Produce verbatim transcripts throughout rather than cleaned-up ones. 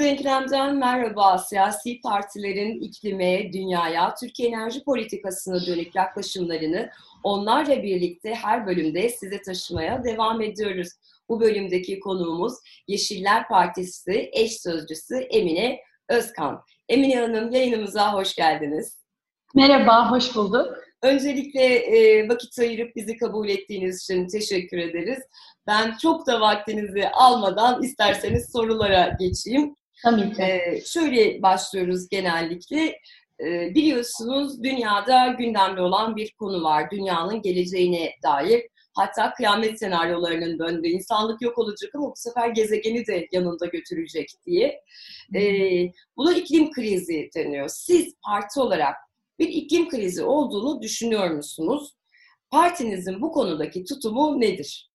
denklemden merhaba. Siyasi partilerin iklime, dünyaya, Türkiye enerji politikasına dönük yaklaşımlarını onlarla birlikte her bölümde size taşımaya devam ediyoruz. Bu bölümdeki konuğumuz Yeşiller Partisi eş sözcüsü Emine Özkan. Emine Hanım, yayınımıza hoş geldiniz. Merhaba, hoş bulduk. Öncelikle e, vakit ayırıp bizi kabul ettiğiniz için teşekkür ederiz. Ben çok da vaktinizi almadan isterseniz sorulara geçeyim. Tabii ki. Ee, şöyle başlıyoruz genellikle. Ee, biliyorsunuz dünyada gündemde olan bir konu var. Dünyanın geleceğine dair. Hatta kıyamet senaryolarının döndüğü, insanlık yok olacak ama bu sefer gezegeni de yanında götürecek diye. Ee, buna iklim krizi deniyor. Siz parti olarak bir iklim krizi olduğunu düşünüyor musunuz? Partinizin bu konudaki tutumu nedir?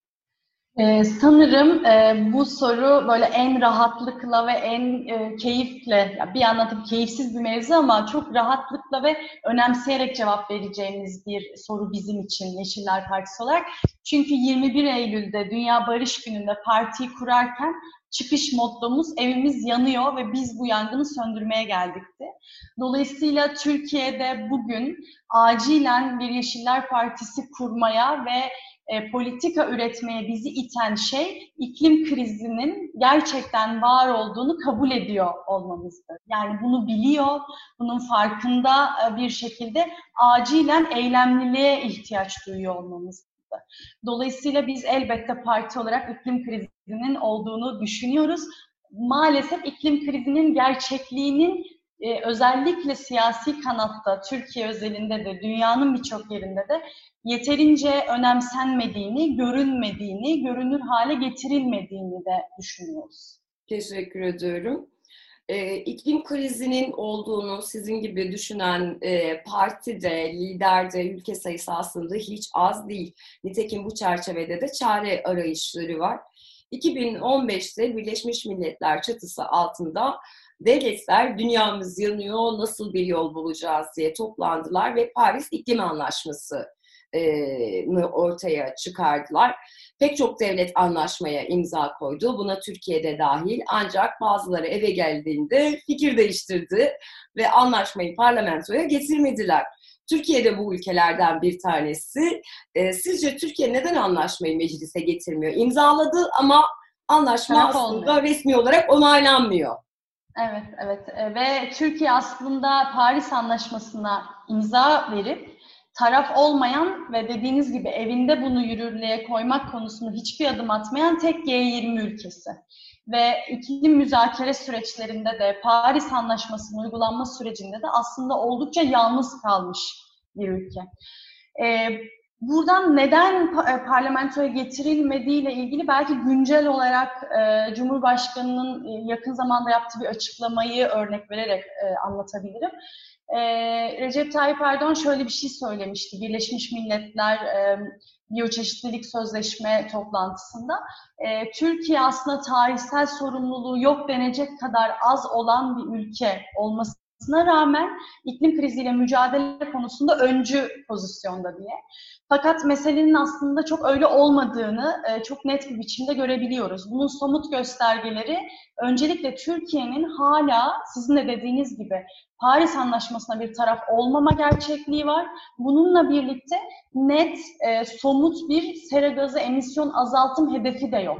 Ee, sanırım e, bu soru böyle en rahatlıkla ve en e, keyifle, ya bir yandan tabii keyifsiz bir mevzu ama çok rahatlıkla ve önemseyerek cevap vereceğimiz bir soru bizim için Yeşiller Partisi olarak. Çünkü yirmi bir Eylül'de Dünya Barış Günü'nde partiyi kurarken çıkış mottomuz evimiz yanıyor ve biz bu yangını söndürmeye geldikti. Dolayısıyla Türkiye'de bugün acilen bir Yeşiller Partisi kurmaya ve E, politika üretmeye bizi iten şey iklim krizinin gerçekten var olduğunu kabul ediyor olmamızdır. Yani bunu biliyor, bunun farkında e, bir şekilde acilen eylemliliğe ihtiyaç duyuyor olmamızdır. Dolayısıyla biz elbette parti olarak iklim krizinin olduğunu düşünüyoruz. Maalesef iklim krizinin gerçekliğinin e, özellikle siyasi kanatta, Türkiye özelinde de, dünyanın birçok yerinde de yeterince önemsenmediğini, görünmediğini, görünür hale getirilmediğini de düşünüyoruz. Teşekkür ediyorum. Ee, iklim krizinin olduğunu sizin gibi düşünen e, parti de, lider de, ülke sayısı aslında hiç az değil. Nitekim bu çerçevede de çare arayışları var. iki bin on beşte Birleşmiş Milletler çatısı altında devletler dünyamız yanıyor, nasıl bir yol bulacağız diye toplandılar ve Paris İklim Anlaşması ortaya çıkardılar. Pek çok devlet anlaşmaya imza koydu. Buna Türkiye'de dahil. Ancak bazıları eve geldiğinde fikir değiştirdi ve anlaşmayı parlamentoya getirmediler. Türkiye de bu ülkelerden bir tanesi. Sizce Türkiye neden anlaşmayı meclise getirmiyor? İmzaladı ama anlaşma Taraf aslında olmuyor. resmi olarak onaylanmıyor. Evet, evet. Ve Türkiye aslında Paris Anlaşması'na imza verip taraf olmayan ve dediğiniz gibi evinde bunu yürürlüğe koymak konusunda hiçbir adım atmayan tek G yirmi ülkesi. Ve iklim müzakere süreçlerinde de Paris Anlaşması'nın uygulanma sürecinde de aslında oldukça yalnız kalmış bir ülke. Ee, buradan neden parlamentoya getirilmediğiyle ilgili belki güncel olarak e, Cumhurbaşkanı'nın yakın zamanda yaptığı bir açıklamayı örnek vererek e, anlatabilirim. Ee, Recep Tayyip Erdoğan şöyle bir şey söylemişti Birleşmiş Milletler e, Biyoçeşitlilik Sözleşme toplantısında. E, Türkiye aslında tarihsel sorumluluğu yok denecek kadar az olan bir ülke olmasına rağmen iklim kriziyle mücadele konusunda öncü pozisyonda diye. Fakat meselenin aslında çok öyle olmadığını e, çok net bir biçimde görebiliyoruz. Bunun somut göstergeleri öncelikle Türkiye'nin hala sizin de dediğiniz gibi Paris Anlaşması'na bir taraf olmama gerçekliği var. Bununla birlikte net, e, somut bir sera gazı emisyon azaltım hedefi de yok.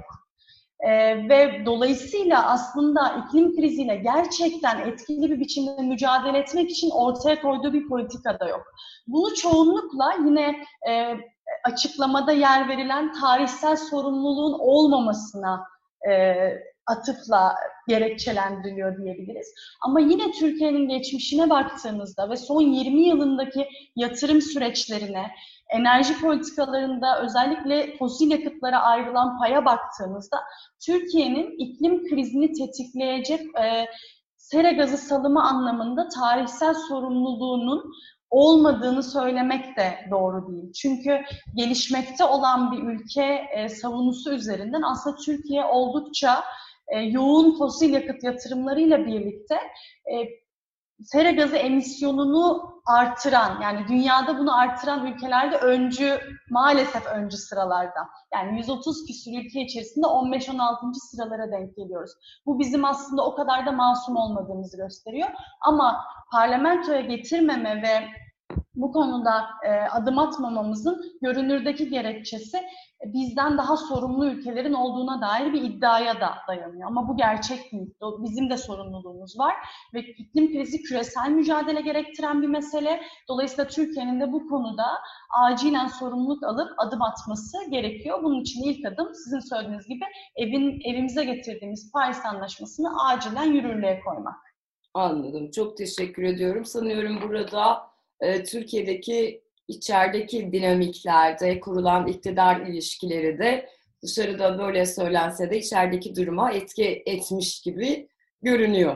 Ee, ve dolayısıyla aslında iklim kriziyle gerçekten etkili bir biçimde mücadele etmek için ortaya koyduğu bir politika da yok. Bunu çoğunlukla yine e, açıklamada yer verilen tarihsel sorumluluğun olmamasına e, atıfla gerekçelendiriliyor diyebiliriz. Ama yine Türkiye'nin geçmişine baktığımızda ve son yirmi yılındaki yatırım süreçlerine, enerji politikalarında özellikle fosil yakıtlara ayrılan paya baktığımızda Türkiye'nin iklim krizini tetikleyecek e, sera gazı salımı anlamında tarihsel sorumluluğunun olmadığını söylemek de doğru değil. Çünkü gelişmekte olan bir ülke e, savunusu üzerinden aslında Türkiye oldukça e, yoğun fosil yakıt yatırımlarıyla birlikte e, sera gazı emisyonunu artıran, yani dünyada bunu artıran ülkelerde öncü, maalesef öncü sıralarda. Yani yüz otuz küsur ülke içerisinde on beş on altıncı sıralara denk geliyoruz. Bu bizim aslında o kadar da masum olmadığımızı gösteriyor. Ama parlamentoya getirmeme ve bu konuda e, adım atmamamızın görünürdeki gerekçesi e, bizden daha sorumlu ülkelerin olduğuna dair bir iddiaya da dayanıyor. Ama bu gerçek değil. Bizim de sorumluluğumuz var ve iklim krizi küresel mücadele gerektiren bir mesele. Dolayısıyla Türkiye'nin de bu konuda acilen sorumluluk alıp adım atması gerekiyor. Bunun için ilk adım sizin söylediğiniz gibi evin evimize getirdiğimiz Paris Anlaşması'nı acilen yürürlüğe koymak. Anladım. Çok teşekkür ediyorum. Sanıyorum burada Türkiye'deki içerideki dinamiklerde kurulan iktidar ilişkileri de dışarıda böyle söylense de içerideki duruma etki etmiş gibi görünüyor.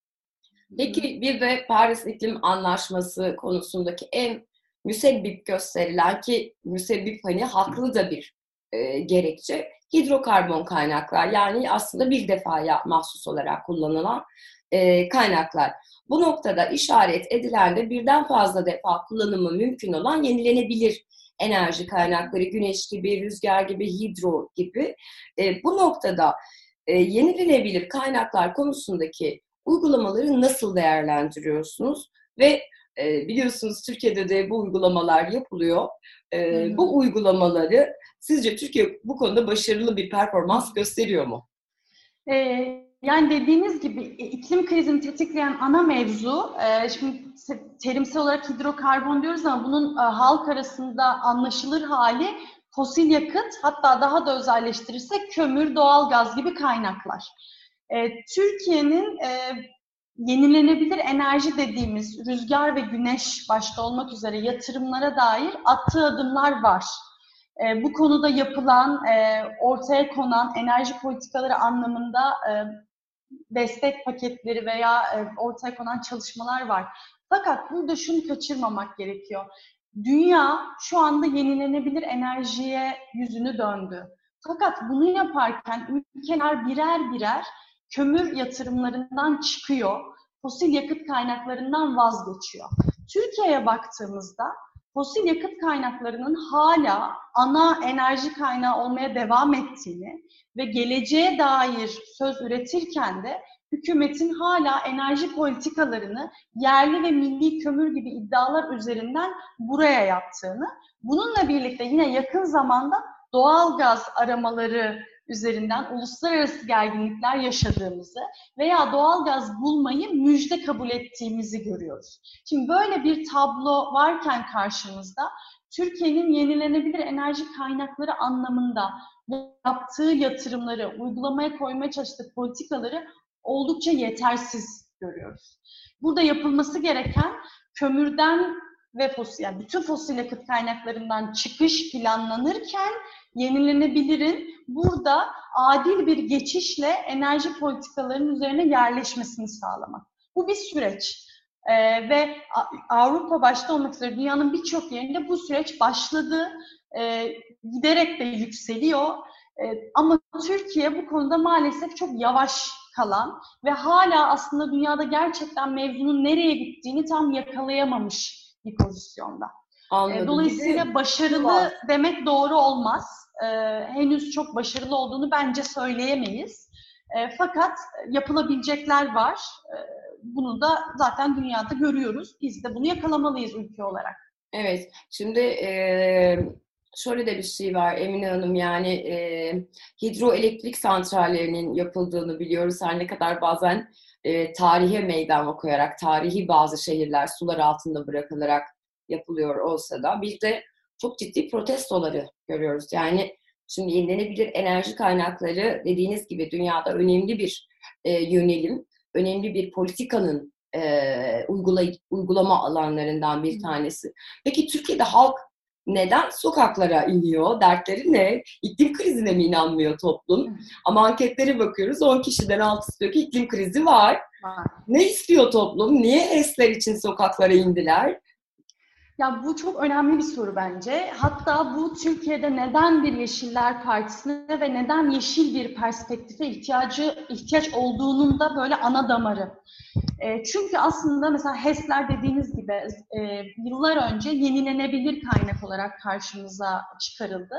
Peki bir de Paris İklim Anlaşması konusundaki en müsebbip gösterilen, ki müsebbip hani haklı da bir e, gerekçe, hidrokarbon kaynaklar, yani aslında bir defaya mahsus olarak kullanılan e, kaynaklar. Bu noktada işaret edilen de birden fazla defa kullanımı mümkün olan yenilenebilir enerji kaynakları, güneş gibi, rüzgar gibi, hidro gibi. E, bu noktada e, yenilenebilir kaynaklar konusundaki uygulamaları nasıl değerlendiriyorsunuz? Ve e, biliyorsunuz Türkiye'de de bu uygulamalar yapılıyor. E, hmm. Bu uygulamaları sizce Türkiye bu konuda başarılı bir performans gösteriyor mu? Evet. Yani dediğiniz gibi iklim krizini tetikleyen ana mevzu, şimdi terimsel olarak hidrokarbon diyoruz ama bunun halk arasında anlaşılır hali fosil yakıt, hatta daha da özelleştirirsek kömür, doğalgaz gibi kaynaklar. Türkiye'nin yenilenebilir enerji dediğimiz rüzgar ve güneş başta olmak üzere yatırımlara dair attığı adımlar var. Bu konuda yapılan, ortaya konan enerji politikaları anlamında destek paketleri veya ortaya konan çalışmalar var. Fakat burada şunu kaçırmamak gerekiyor. Dünya şu anda yenilenebilir enerjiye yüzünü döndü. Fakat bunu yaparken ülkeler birer birer kömür yatırımlarından çıkıyor, fosil yakıt kaynaklarından vazgeçiyor. Türkiye'ye baktığımızda fosil yakıt kaynaklarının hala ana enerji kaynağı olmaya devam ettiğini ve geleceğe dair söz üretirken de hükümetin hala enerji politikalarını yerli ve milli kömür gibi iddialar üzerinden buraya yaptığını, bununla birlikte yine yakın zamanda doğal gaz aramaları üzerinden uluslararası gerginlikler yaşadığımızı veya doğal gaz bulmayı müjde kabul ettiğimizi görüyoruz. Şimdi böyle bir tablo varken karşımızda Türkiye'nin yenilenebilir enerji kaynakları anlamında yaptığı yatırımları, uygulamaya koymaya çalıştığı politikaları oldukça yetersiz görüyoruz. Burada yapılması gereken kömürden ve fosil, yani bütün fosil yakıt kaynaklarından çıkış planlanırken yenilenebilirin burada adil bir geçişle enerji politikalarının üzerine yerleşmesini sağlamak. Bu bir süreç. Ee, ve Avrupa başta olmak üzere dünyanın birçok yerinde bu süreç başladı. Ee, giderek de yükseliyor. Ee, ama Türkiye bu konuda maalesef çok yavaş kalan ve hala aslında dünyada gerçekten mevzunun nereye gittiğini tam yakalayamamış bir pozisyonda. Anladım. Dolayısıyla başarılı demek doğru olmaz. Ee, henüz çok başarılı olduğunu bence söyleyemeyiz. Ee, fakat yapılabilecekler var. Ee, bunu da zaten dünyada görüyoruz. Biz de bunu yakalamalıyız ülke olarak. Evet. Şimdi e, şöyle de bir şey var Emine Hanım. Yani e, hidroelektrik santrallerinin yapıldığını biliyoruz. Her ne kadar bazen e, tarihe meydan okuyarak, tarihi bazı şehirler sular altında bırakılarak yapılıyor olsa da bir de çok ciddi protestoları görüyoruz. Yani şimdi yenilenebilir enerji kaynakları dediğiniz gibi dünyada önemli bir e, yönelim, önemli bir politikanın e, uygulay- uygulama alanlarından bir tanesi. Peki Türkiye'de halk neden sokaklara iniyor? Dertleri ne? İklim krizine mi inanmıyor toplum? Ama anketlere bakıyoruz, on kişiden altısı diyor ki iklim krizi var. Ne istiyor toplum? Niye HES'ler için sokaklara indiler? Ya bu çok önemli bir soru bence. Hatta bu Türkiye'de neden bir Yeşiller Partisi'ne ve neden yeşil bir perspektife ihtiyacı ihtiyaç olduğunun da böyle ana damarı. E, çünkü aslında mesela HES'ler dediğiniz gibi e, yıllar önce yenilenebilir kaynak olarak karşımıza çıkarıldı.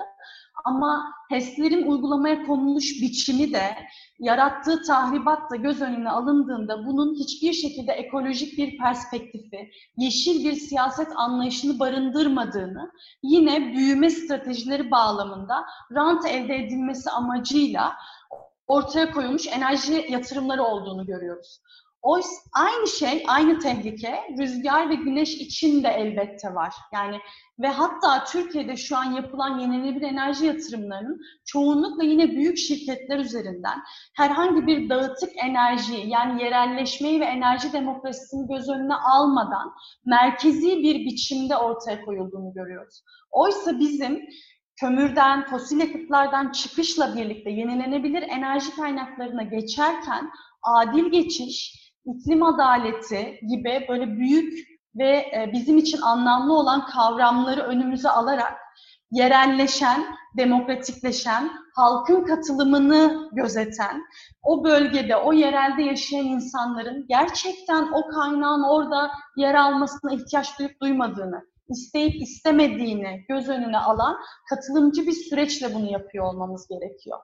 Ama HES'lerin uygulamaya konuluş biçimi de, yarattığı tahribat da göz önüne alındığında bunun hiçbir şekilde ekolojik bir perspektifi, yeşil bir siyaset anlayışını barındırmadığını, yine büyüme stratejileri bağlamında rant elde edilmesi amacıyla ortaya koyulmuş enerji yatırımları olduğunu görüyoruz. Oysa aynı şey, aynı tehlike rüzgar ve güneş için de elbette var. Yani ve hatta Türkiye'de şu an yapılan yenilenebilir enerji yatırımlarının çoğunlukla yine büyük şirketler üzerinden herhangi bir dağıtık enerji, yani yerelleşmeyi ve enerji demokrasisini göz önüne almadan merkezi bir biçimde ortaya koyulduğunu görüyoruz. Oysa bizim kömürden, fosil yakıtlardan çıkışla birlikte yenilenebilir enerji kaynaklarına geçerken adil geçiş, iklim adaleti gibi böyle büyük ve bizim için anlamlı olan kavramları önümüze alarak yerelleşen, demokratikleşen, halkın katılımını gözeten, o bölgede, o yerelde yaşayan insanların gerçekten o kaynağın orada yer almasına ihtiyaç duyup duymadığını, isteyip istemediğini göz önüne alan katılımcı bir süreçle bunu yapıyor olmamız gerekiyor.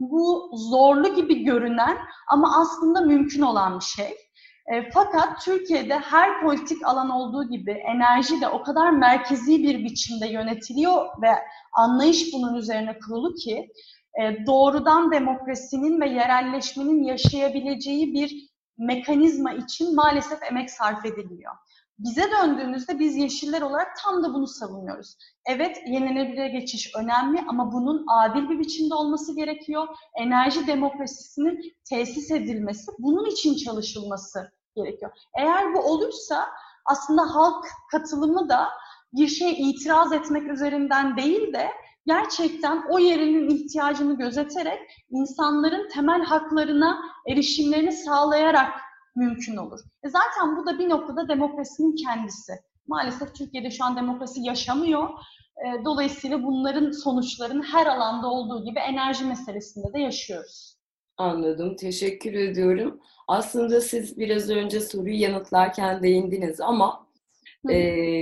Bu zorlu gibi görünen ama aslında mümkün olan bir şey. E, fakat Türkiye'de her politik alan olduğu gibi enerji de o kadar merkezi bir biçimde yönetiliyor ve anlayış bunun üzerine kurulu ki e, doğrudan demokrasinin ve yerelleşmenin yaşayabileceği bir mekanizma için maalesef emek sarf edilmiyor. Bize döndüğümüzde biz yeşiller olarak tam da bunu savunuyoruz. Evet, yenilenebilire geçiş önemli ama bunun adil bir biçimde olması gerekiyor. Enerji demokrasisinin tesis edilmesi, bunun için çalışılması gerekiyor. Eğer bu olursa aslında halk katılımı da bir şeye itiraz etmek üzerinden değil de gerçekten o yerinin ihtiyacını gözeterek insanların temel haklarına erişimlerini sağlayarak mümkün olur. E zaten bu da bir noktada demokrasinin kendisi. Maalesef Türkiye'de şu an demokrasi yaşamıyor. E, dolayısıyla bunların sonuçlarını her alanda olduğu gibi enerji meselesinde de yaşıyoruz. Anladım, teşekkür ediyorum. Aslında siz biraz önce soruyu yanıtlarken değindiniz ama e,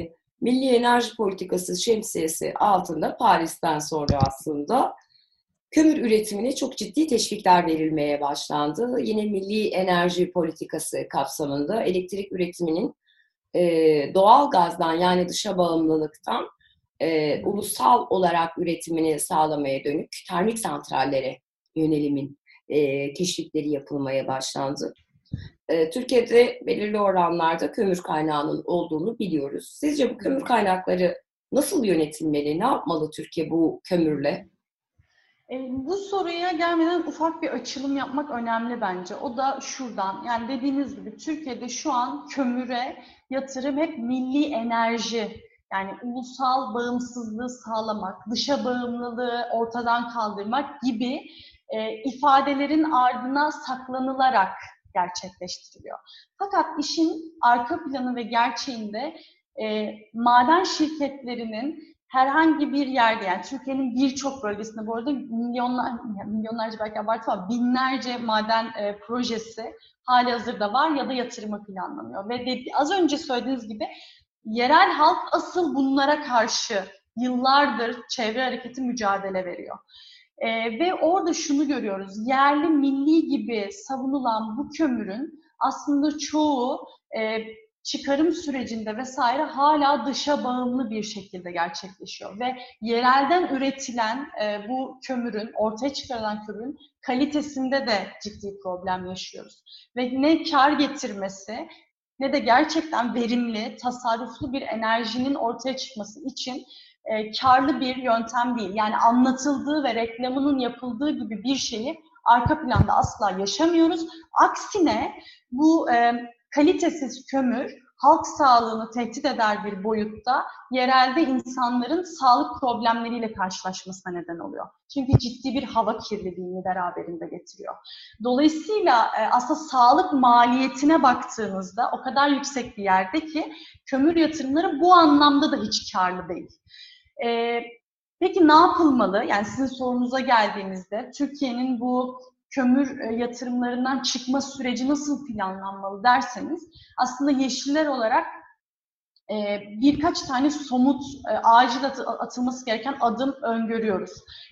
Milli Enerji Politikası şemsiyesi altında Paris'ten sonra aslında kömür üretimine çok ciddi teşvikler verilmeye başlandı. Yine Milli Enerji Politikası kapsamında elektrik üretiminin e, doğal gazdan yani dışa bağımlılıktan e, ulusal olarak üretimini sağlamaya dönük termik santrallere yönelimin e, teşvikleri yapılmaya başlandı. E, Türkiye'de belirli oranlarda kömür kaynağının olduğunu biliyoruz. Sizce bu kömür kaynakları nasıl yönetilmeli? Ne yapmalı Türkiye bu kömürle? E, bu soruya gelmeden ufak bir açılım yapmak önemli bence. O da şuradan, yani dediğiniz gibi Türkiye'de şu an kömüre yatırım hep milli enerji, yani ulusal bağımsızlığı sağlamak, dışa bağımlılığı ortadan kaldırmak gibi e, ifadelerin ardına saklanılarak gerçekleştiriliyor. Fakat işin arka planı ve gerçeğinde e, maden şirketlerinin herhangi bir yerde, yani Türkiye'nin birçok bölgesinde bu arada milyonlar, yani milyonlarca belki abartı ama binlerce maden e, projesi halihazırda var ya da yatırıma planlanıyor. Ve dedi, az önce söylediğiniz gibi yerel halk asıl bunlara karşı yıllardır çevre hareketi mücadele veriyor. E, ve orada şunu görüyoruz, yerli milli gibi savunulan bu kömürün aslında çoğu e, çıkarım sürecinde vesaire hala dışa bağımlı bir şekilde gerçekleşiyor. Ve yerelden üretilen e, bu kömürün, ortaya çıkarılan kömürün kalitesinde de ciddi problem yaşıyoruz. Ve ne kar getirmesi ne de gerçekten verimli, tasarruflu bir enerjinin ortaya çıkması için e, karlı bir yöntem değil. Yani anlatıldığı ve reklamının yapıldığı gibi bir şeyi arka planda asla yaşamıyoruz. Aksine bu e, kalitesiz kömür halk sağlığını tehdit eder bir boyutta yerelde insanların sağlık problemleriyle karşılaşmasına neden oluyor. Çünkü ciddi bir hava kirliliğini beraberinde getiriyor. Dolayısıyla aslında sağlık maliyetine baktığımızda o kadar yüksek bir yerde ki kömür yatırımları bu anlamda da hiç karlı değil. Ee, peki ne yapılmalı? Yani sizin sorunuza geldiğimizde Türkiye'nin bu kömür yatırımlarından çıkma süreci nasıl planlanmalı derseniz aslında Yeşiller olarak e, birkaç tane somut, e, acil atılması gereken adım öngörüyoruz.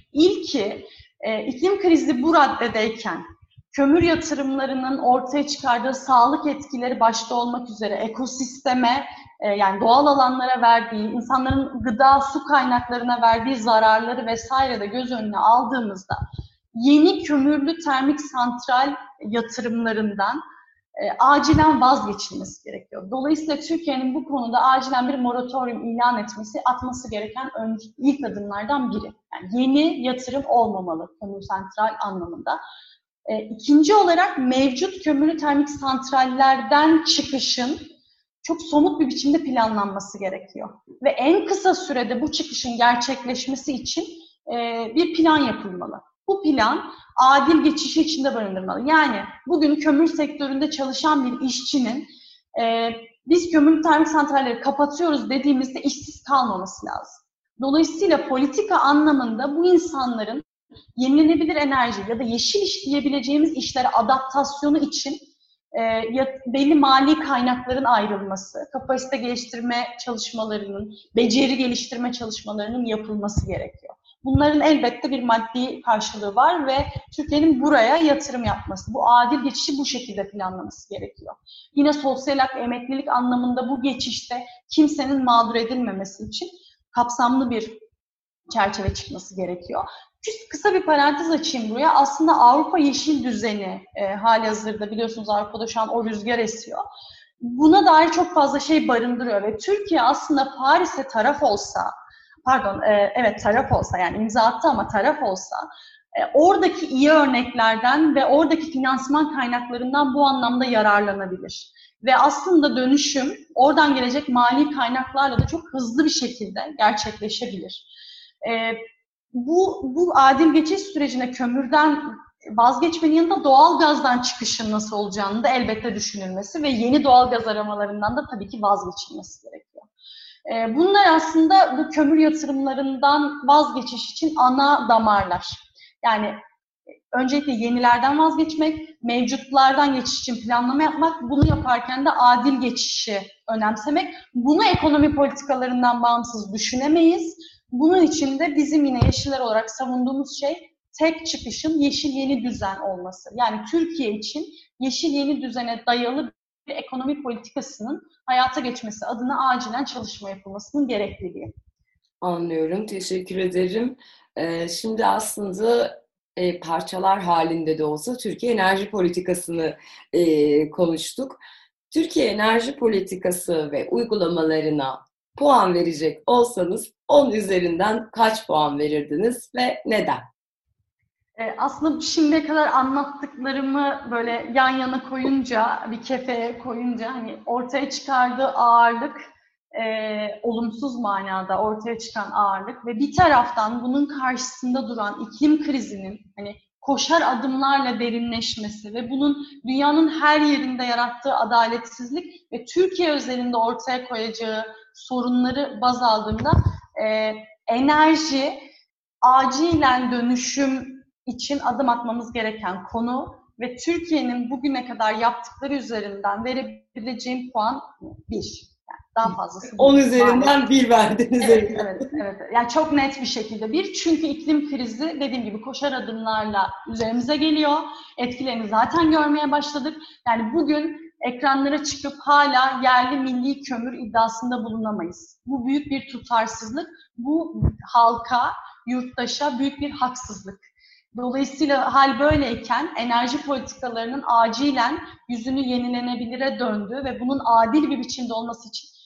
İlki, e, iklim krizi bu raddedeyken kömür yatırımlarının ortaya çıkardığı sağlık etkileri başta olmak üzere ekosisteme, e, yani doğal alanlara verdiği, insanların gıda, su kaynaklarına verdiği zararları vesaire de göz önüne aldığımızda yeni kömürlü termik santral yatırımlarından e, acilen vazgeçilmesi gerekiyor. Dolayısıyla Türkiye'nin bu konuda acilen bir moratorium ilan etmesi, atması gereken ön, ilk adımlardan biri. Yani yeni yatırım olmamalı kömür santral anlamında. E, ikinci olarak mevcut kömürlü termik santrallerden çıkışın çok somut bir biçimde planlanması gerekiyor. Ve en kısa sürede bu çıkışın gerçekleşmesi için e, bir plan yapılmalı. Bu plan adil geçişi içinde barındırmalı. Yani bugün kömür sektöründe çalışan bir işçinin e, biz kömürlü termik santralleri kapatıyoruz dediğimizde işsiz kalmaması lazım. Dolayısıyla politika anlamında bu insanların yenilenebilir enerji ya da yeşil iş diyebileceğimiz işlere adaptasyonu için e, belli mali kaynakların ayrılması, kapasite geliştirme çalışmalarının, beceri geliştirme çalışmalarının yapılması gerekiyor. Bunların elbette bir maddi karşılığı var ve Türkiye'nin buraya yatırım yapması, bu adil geçişi bu şekilde planlaması gerekiyor. Yine sosyal hak, emeklilik anlamında bu geçişte kimsenin mağdur edilmemesi için kapsamlı bir çerçeve çıkması gerekiyor. Kısa bir parantez açayım buraya. Aslında Avrupa Yeşil Düzeni e, halihazırda biliyorsunuz Avrupa'da şu an o rüzgar esiyor. Buna dair çok fazla şey barındırıyor ve Türkiye aslında Paris'e taraf olsa, pardon e, evet taraf olsa yani imza attı ama taraf olsa e, oradaki iyi örneklerden ve oradaki finansman kaynaklarından bu anlamda yararlanabilir. Ve aslında dönüşüm oradan gelecek mali kaynaklarla da çok hızlı bir şekilde gerçekleşebilir. E, bu, bu adil geçiş sürecine kömürden vazgeçmenin yanında doğal gazdan çıkışın nasıl olacağını da elbette düşünülmesi ve yeni doğal gaz aramalarından da tabii ki vazgeçilmesi gerekiyor. E, bunlar aslında bu kömür yatırımlarından vazgeçiş için ana damarlar. Yani öncelikle yenilerden vazgeçmek, mevcutlardan geçiş için planlama yapmak, bunu yaparken de adil geçişi önemsemek. Bunu ekonomi politikalarından bağımsız düşünemeyiz. Bunun için de bizim yine Yeşiller olarak savunduğumuz şey tek çıkışın yeşil yeni düzen olması. Yani Türkiye için yeşil yeni düzene dayalı bir ekonomi politikasının hayata geçmesi adına acilen çalışma yapılmasının gerekliliği. Anlıyorum, teşekkür ederim. Ee, şimdi aslında e, parçalar halinde de olsa Türkiye enerji politikasını e, konuştuk. Türkiye enerji politikası ve uygulamalarına puan verecek olsanız on üzerinden kaç puan verirdiniz ve neden? Aslında şimdiye kadar anlattıklarımı böyle yan yana koyunca, bir kefeye koyunca hani ortaya çıkardığı ağırlık, e, olumsuz manada ortaya çıkan ağırlık ve bir taraftan bunun karşısında duran iklim krizinin hani koşar adımlarla derinleşmesi ve bunun dünyanın her yerinde yarattığı adaletsizlik ve Türkiye özelinde ortaya koyacağı sorunları baz aldığımda e, enerji, acilen dönüşüm için adım atmamız gereken konu ve Türkiye'nin bugüne kadar yaptıkları üzerinden verebileceğim puan bir. Yani daha fazlası. on üzerinden bir verdiniz. Evet, evet, evet. Yani çok net bir şekilde bir. Çünkü iklim krizi dediğim gibi koşar adımlarla üzerimize geliyor. Etkilerini zaten görmeye başladık. Yani bugün ekranlara çıkıp hala yerli milli kömür iddiasında bulunamayız. Bu büyük bir tutarsızlık. Bu halka, yurttaşa büyük bir haksızlık. Dolayısıyla hal böyleyken enerji politikalarının acilen yüzünü yenilenebilire döndüğü ve bunun adil bir biçimde olması için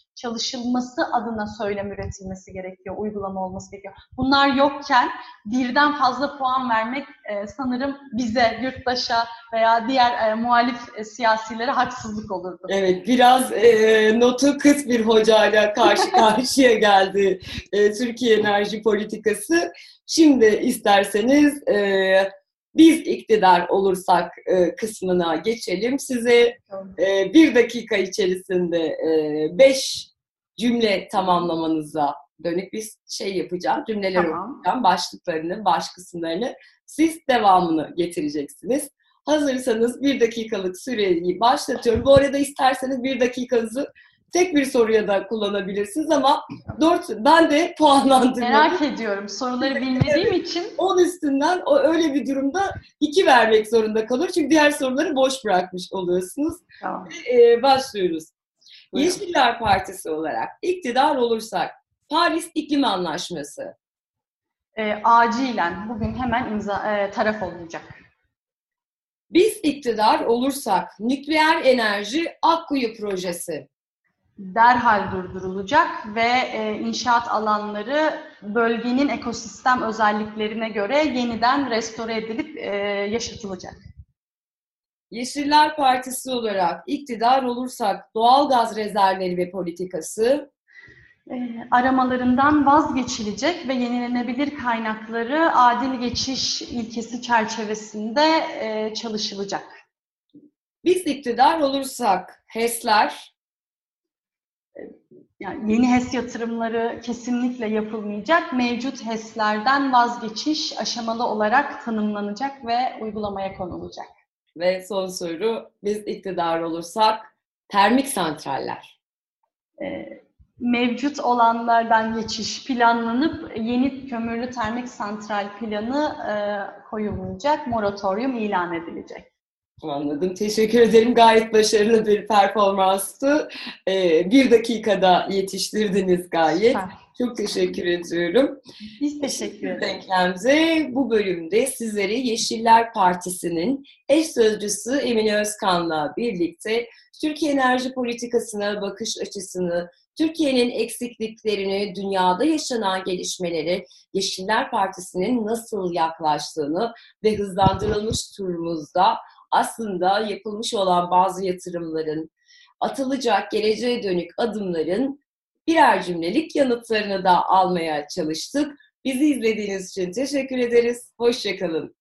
çalışılması adına söylem üretilmesi gerekiyor, uygulama olması gerekiyor. Bunlar yokken birden fazla puan vermek e, sanırım bize, yurttaşa veya diğer e, muhalif e, siyasilere haksızlık olurdu. Evet, biraz e, notu kıt bir hocayla karşı karşıya geldi e, Türkiye enerji politikası. Şimdi isterseniz e, biz iktidar olursak e, kısmına geçelim. Size e, bir dakika içerisinde e, beş cümle tamamlamanıza dönük bir şey yapacağım. Cümleler Tamam. okuyacağım. Başlıklarını, baş kısımlarını. Siz devamını getireceksiniz. Hazırsanız bir dakikalık süreyi başlatıyorum. Bu arada isterseniz bir dakikanızı tek bir soruya da kullanabilirsiniz ama dört, ben de puanlandırmayı... Merak ediyorum. Soruları bilmediğim için. on üstünden o öyle bir durumda iki vermek zorunda kalır. Çünkü diğer soruları boş bırakmış oluyorsunuz. Tamam. Ee, başlıyoruz. Buyurun. Yeşiller Partisi olarak iktidar olursak Paris İklim Anlaşması. E, acilen bugün hemen imza e, taraf olunacak. Biz iktidar olursak nükleer enerji Akkuyu projesi. Derhal durdurulacak ve e, inşaat alanları bölgenin ekosistem özelliklerine göre yeniden restore edilip e, yaşatılacak. Yeşiller Partisi olarak iktidar olursak doğalgaz rezervleri ve politikası. E, aramalarından vazgeçilecek ve yenilenebilir kaynakları adil geçiş ilkesi çerçevesinde e, çalışılacak. Biz iktidar olursak HES'ler. Yani yeni HES yatırımları kesinlikle yapılmayacak. Mevcut HES'lerden vazgeçiş aşamalı olarak tanımlanacak ve uygulamaya konulacak. Ve son soru, biz iktidar olursak termik santraller. Ee, mevcut olanlardan geçiş planlanıp yeni kömürlü termik santral planı e, koyulmayacak, moratorium ilan edilecek. Anladım. Teşekkür ederim. Gayet başarılı bir performanstı. Ee, bir dakikada yetiştirdiniz gayet. Süper. Çok teşekkür ediyorum. Biz teşekkür ederiz. Denklem'de bu bölümde sizlere Yeşiller Partisi'nin eş sözcüsü Emine Özkan'la birlikte Türkiye enerji politikasına bakış açısını, Türkiye'nin eksikliklerini, dünyada yaşanan gelişmeleri, Yeşiller Partisi'nin nasıl yaklaştığını ve hızlandırılmış turumuzda aslında yapılmış olan bazı yatırımların, atılacak geleceğe dönük adımların birer cümlelik yanıtlarını da almaya çalıştık. Bizi izlediğiniz için teşekkür ederiz. Hoşça kalın.